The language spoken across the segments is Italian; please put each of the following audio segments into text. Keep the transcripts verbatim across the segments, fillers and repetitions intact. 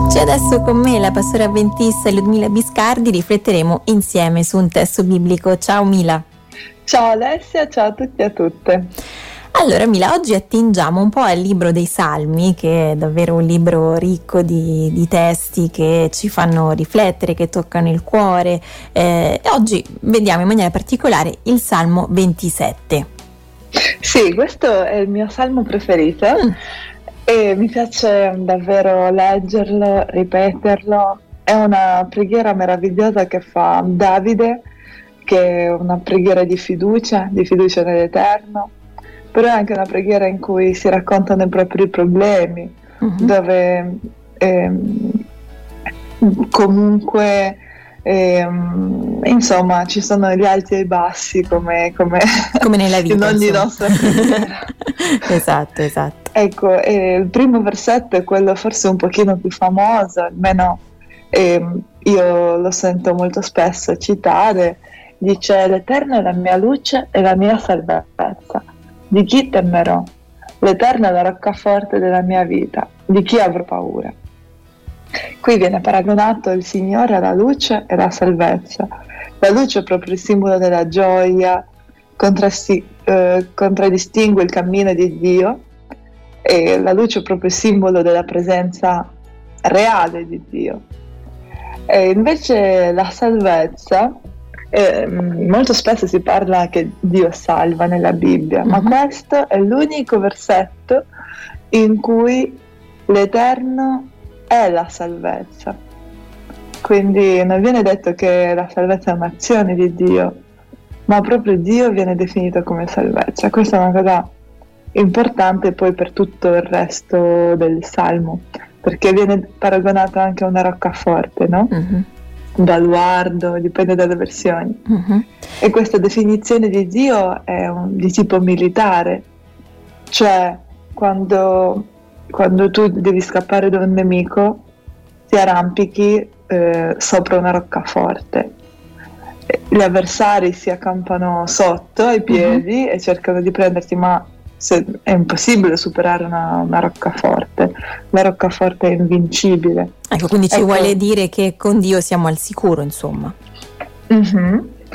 Oggi adesso con me la pastora avventista Ludmila Biscardi rifletteremo insieme su un testo biblico. Ciao Mila. Ciao Alessia, ciao a tutti e a tutte. Allora Mila, oggi attingiamo un po' al libro dei Salmi, che è davvero un libro ricco di, di testi che ci fanno riflettere, che toccano il cuore. Eh, e oggi vediamo in maniera particolare il Salmo ventisette. Sì, questo è il mio salmo preferito. Mm. E mi piace davvero leggerlo, ripeterlo. È una preghiera meravigliosa che fa Davide, che è una preghiera di fiducia, di fiducia nell'Eterno, però è anche una preghiera in cui si raccontano i propri problemi, uh-huh. dove ehm, comunque ehm, insomma ci sono gli alti e i bassi come, come, come nella vita, in ogni insomma. nostra preghiera. Esatto, esatto. Ecco, eh, il primo versetto è quello forse un pochino più famoso, almeno eh, io lo sento molto spesso citare. Dice: l'Eterno è la mia luce e la mia salvezza, di chi temerò? L'Eterno è la roccaforte della mia vita, di chi avrò paura? Qui viene paragonato il Signore alla luce e alla salvezza. La luce è proprio il simbolo della gioia, contrasti, eh, contraddistingue il cammino di Dio, e la luce è proprio il simbolo della presenza reale di Dio. E invece la salvezza, eh, molto spesso si parla che Dio salva nella Bibbia, mm-hmm. ma questo è l'unico versetto in cui l'Eterno è la salvezza. Quindi non viene detto che la salvezza è un'azione di Dio, ma proprio Dio viene definito come salvezza. Questa è una cosa importante poi per tutto il resto del Salmo, perché viene paragonato anche a una roccaforte, no? Mm-hmm. Baluardo, dipende dalle versioni. Mm-hmm. E questa definizione di Dio è un, di tipo militare, cioè quando, quando tu devi scappare da un nemico ti arrampichi eh, sopra una roccaforte. Gli avversari si accampano sotto ai piedi mm-hmm. e cercano di prenderti, ma se è impossibile superare una, una roccaforte. La roccaforte è invincibile. Ecco, quindi ci ecco. vuole dire che con Dio siamo al sicuro, insomma. Mm-hmm.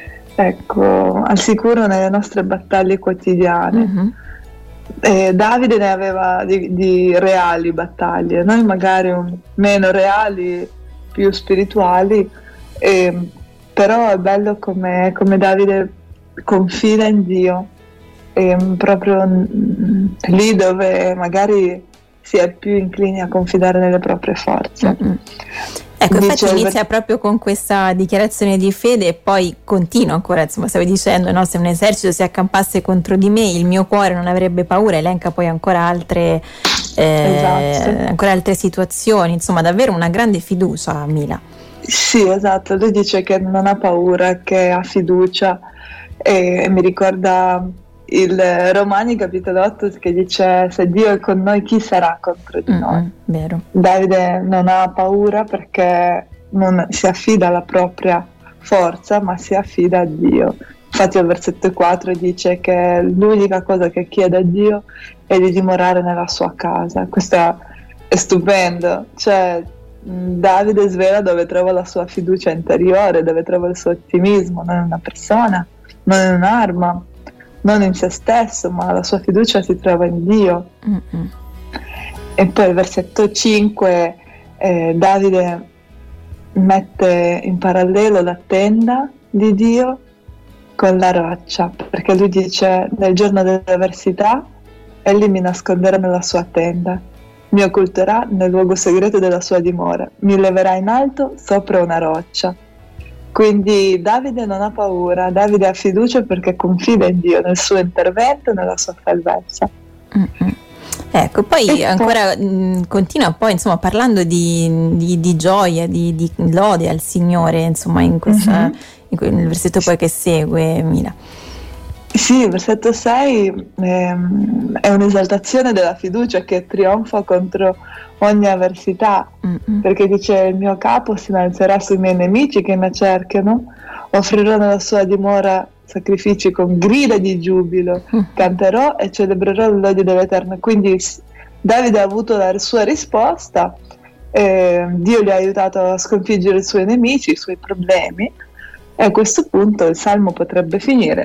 Ecco, al sicuro nelle nostre battaglie quotidiane. Mm-hmm. E Davide ne aveva di, di reali battaglie, noi magari un, meno reali, più spirituali, e, però è bello come, come Davide confida in Dio. E proprio mh, lì dove magari si è più inclini a confidare nelle proprie forze. Mm-hmm. Ecco, Dice infatti inizia ver- proprio con questa dichiarazione di fede e poi continua ancora, insomma, stavi dicendo, no, se un esercito si accampasse contro di me il mio cuore non avrebbe paura, elenca poi ancora altre, eh, esatto. ancora altre situazioni, insomma davvero una grande fiducia, Mila. Sì, esatto, lui dice che non ha paura, che ha fiducia, e, e mi ricorda il Romani capitolo otto che dice: se Dio è con noi chi sarà contro di noi? Mm-hmm, vero. Davide non ha paura perché non si affida alla propria forza, ma si affida a Dio. Infatti al versetto quattro dice che l'unica cosa che chiede a Dio è di dimorare nella sua casa. Questo è stupendo, cioè Davide svela dove trova la sua fiducia interiore, dove trova il suo ottimismo, non in una persona, non in un'arma, non in se stesso, ma la sua fiducia si trova in Dio. Mm-hmm. E poi il versetto cinque, eh, Davide mette in parallelo la tenda di Dio con la roccia, perché lui dice: nel giorno dell'avversità egli mi nasconderà nella sua tenda, mi occulterà nel luogo segreto della sua dimora, mi leverà in alto sopra una roccia. Quindi Davide non ha paura, Davide ha fiducia perché confida in Dio, nel suo intervento, nella sua salvezza. Mm-hmm. Ecco, poi e ancora poi... mh, continua poi insomma parlando di, di, di gioia, di, di lode al Signore, insomma in questa, mm-hmm. in que- nel versetto poi che segue, Mila. Sì, il versetto sei ehm, è un'esaltazione della fiducia che trionfa contro ogni avversità, mm-hmm. perché dice: il mio capo si innalzerà sui miei nemici che mi cercano, offrirò nella sua dimora sacrifici con grida di giubilo, mm-hmm. canterò e celebrerò il lode dell'Eterno. Quindi Davide ha avuto la sua risposta eh, Dio gli ha aiutato a sconfiggere i suoi nemici, i suoi problemi, e a questo punto il salmo potrebbe finire.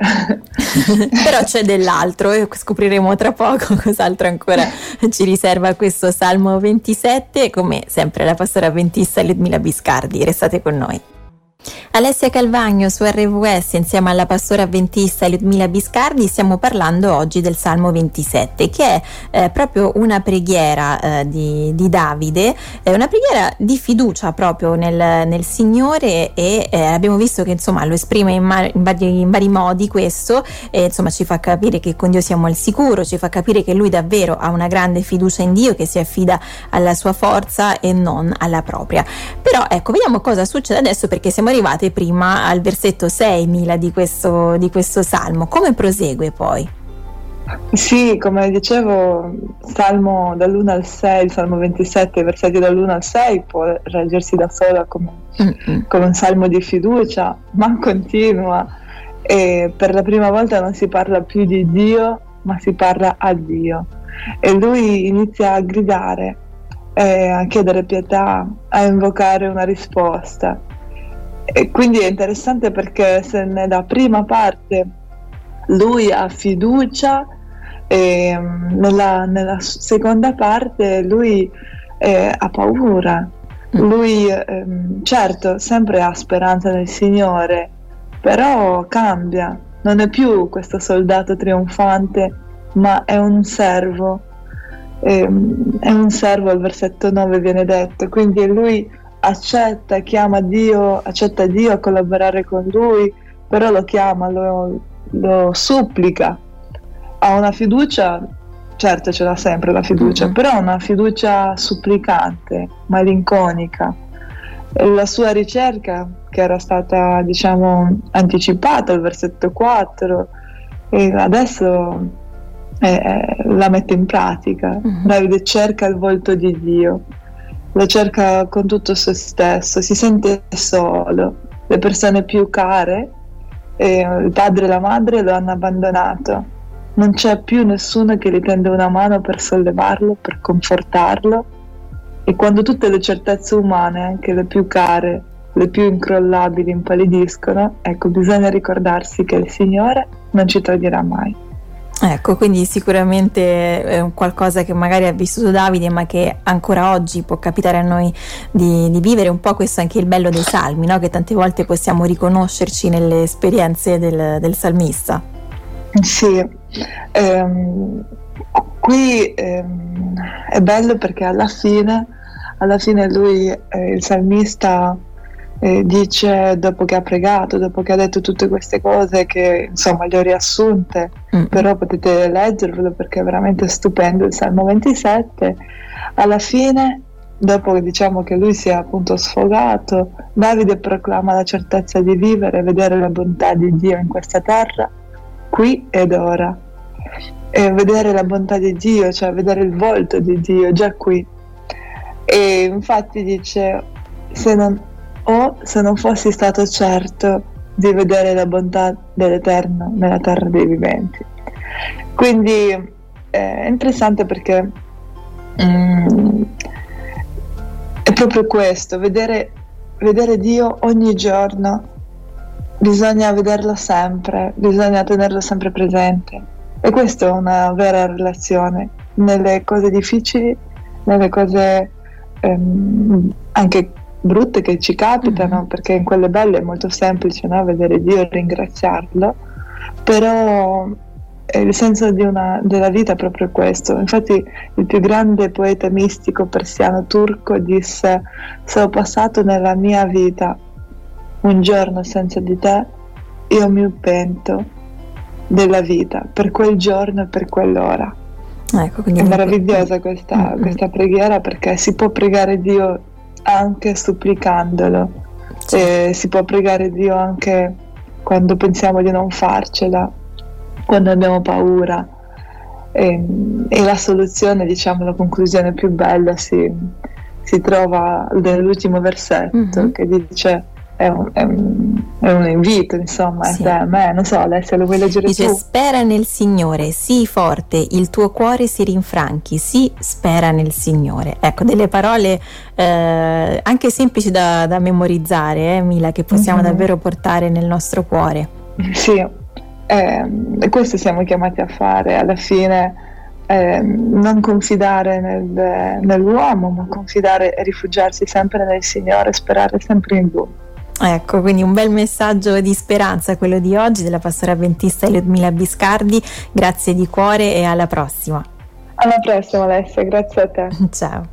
Però c'è dell'altro e scopriremo tra poco cos'altro ancora ci riserva questo Salmo ventisette, come sempre la pastora avventista Ludmila Biscardi. Restate con noi. Alessia Calvagno su R V S insieme alla pastora avventista Ludmila Biscardi stiamo parlando oggi del Salmo ventisette, che è eh, proprio una preghiera eh, di, di Davide, eh, una preghiera di fiducia proprio nel, nel Signore, e eh, abbiamo visto che insomma lo esprime in, mar- in, vari, in vari modi questo, e insomma ci fa capire che con Dio siamo al sicuro, ci fa capire che lui davvero ha una grande fiducia in Dio, che si affida alla sua forza e non alla propria. Però ecco, vediamo cosa succede adesso, perché siamo arrivate prima al versetto sei, Mila, di questo, di questo salmo. Come prosegue poi? Sì, come dicevo, salmo dall'uno al sei, il salmo ventisette, i versetti dall'uno al sei può reggersi da sola come, come un salmo di fiducia, ma continua, e per la prima volta non si parla più di Dio, ma si parla a Dio, e lui inizia a gridare, eh, a chiedere pietà, a invocare una risposta. E quindi è interessante perché se nella prima parte lui ha fiducia, e nella, nella seconda parte lui eh, ha paura, lui eh, certo sempre ha speranza nel Signore, però cambia, non è più questo soldato trionfante, ma è un servo, eh, è un servo, al versetto nove viene detto, quindi lui accetta, chiama Dio, accetta Dio a collaborare con lui, però lo chiama, lo, lo supplica, ha una fiducia, certo ce l'ha sempre la fiducia, mm-hmm. però una fiducia supplicante, malinconica. E la sua ricerca, che era stata diciamo anticipata al versetto quattro, e adesso eh, la mette in pratica. Mm-hmm. Davide cerca il volto di Dio, lo cerca con tutto se stesso, si sente solo, le persone più care, eh, il padre e la madre lo hanno abbandonato, non c'è più nessuno che gli tende una mano per sollevarlo, per confortarlo, e quando tutte le certezze umane, anche le più care, le più incrollabili, impallidiscono, ecco, bisogna ricordarsi che il Signore non ci toglierà mai. Ecco, quindi sicuramente è qualcosa che magari ha vissuto Davide, ma che ancora oggi può capitare a noi di, di vivere. Un po' questo è anche il bello dei salmi, no? Che tante volte possiamo riconoscerci nelle esperienze del, del salmista. Sì, ehm, qui ehm, è bello perché alla fine, alla fine lui, eh, il salmista, eh, dice, dopo che ha pregato, dopo che ha detto tutte queste cose che insomma le ho riassunte, mm. però potete leggervelo perché è veramente stupendo il Salmo ventisette, alla fine, dopo che diciamo che lui si è appunto sfogato, Davide proclama la certezza di vivere e vedere la bontà di Dio in questa terra, qui ed ora, e vedere la bontà di Dio, cioè vedere il volto di Dio già qui. E infatti dice, se non o se non fossi stato certo di vedere la bontà dell'Eterno nella terra dei viventi. Quindi eh, è interessante perché mm, è proprio questo, vedere, vedere Dio ogni giorno, bisogna vederlo sempre, bisogna tenerlo sempre presente, e questa è una vera relazione nelle cose difficili, nelle cose ehm, anche brutte che ci capitano, mm-hmm. perché in quelle belle è molto semplice, no? Vedere Dio e ringraziarlo, però il senso di una, della vita è proprio questo. Infatti il più grande poeta mistico persiano turco disse: se ho passato nella mia vita un giorno senza di te, io mi pento della vita per quel giorno e per quell'ora. Ecco, quindi è meravigliosa questa, mm-hmm. questa preghiera, perché si può pregare Dio anche supplicandolo, sì. E si può pregare Dio anche quando pensiamo di non farcela, quando abbiamo paura, e, e la soluzione, diciamo la conclusione più bella si, si trova nell'ultimo versetto, mm-hmm. che dice: è un, è un, è un invito, insomma, sì. A me, non so, Alessia, lo vuoi leggere? Dice, tu? spera nel Signore, sii forte, il tuo cuore si rinfranchi, sì, spera nel Signore. Ecco, delle parole eh, anche semplici da, da memorizzare, eh, Mila, che possiamo mm-hmm. davvero portare nel nostro cuore. Sì, eh, questo siamo chiamati a fare alla fine. Eh, non confidare nel, nell'uomo, ma confidare e rifugiarsi sempre nel Signore, sperare sempre in Lui. Ecco, quindi un bel messaggio di speranza quello di oggi della pastora avventista Ludmila Biscardi. Grazie di cuore e alla prossima. Alla prossima, Alessia, grazie a te. Ciao.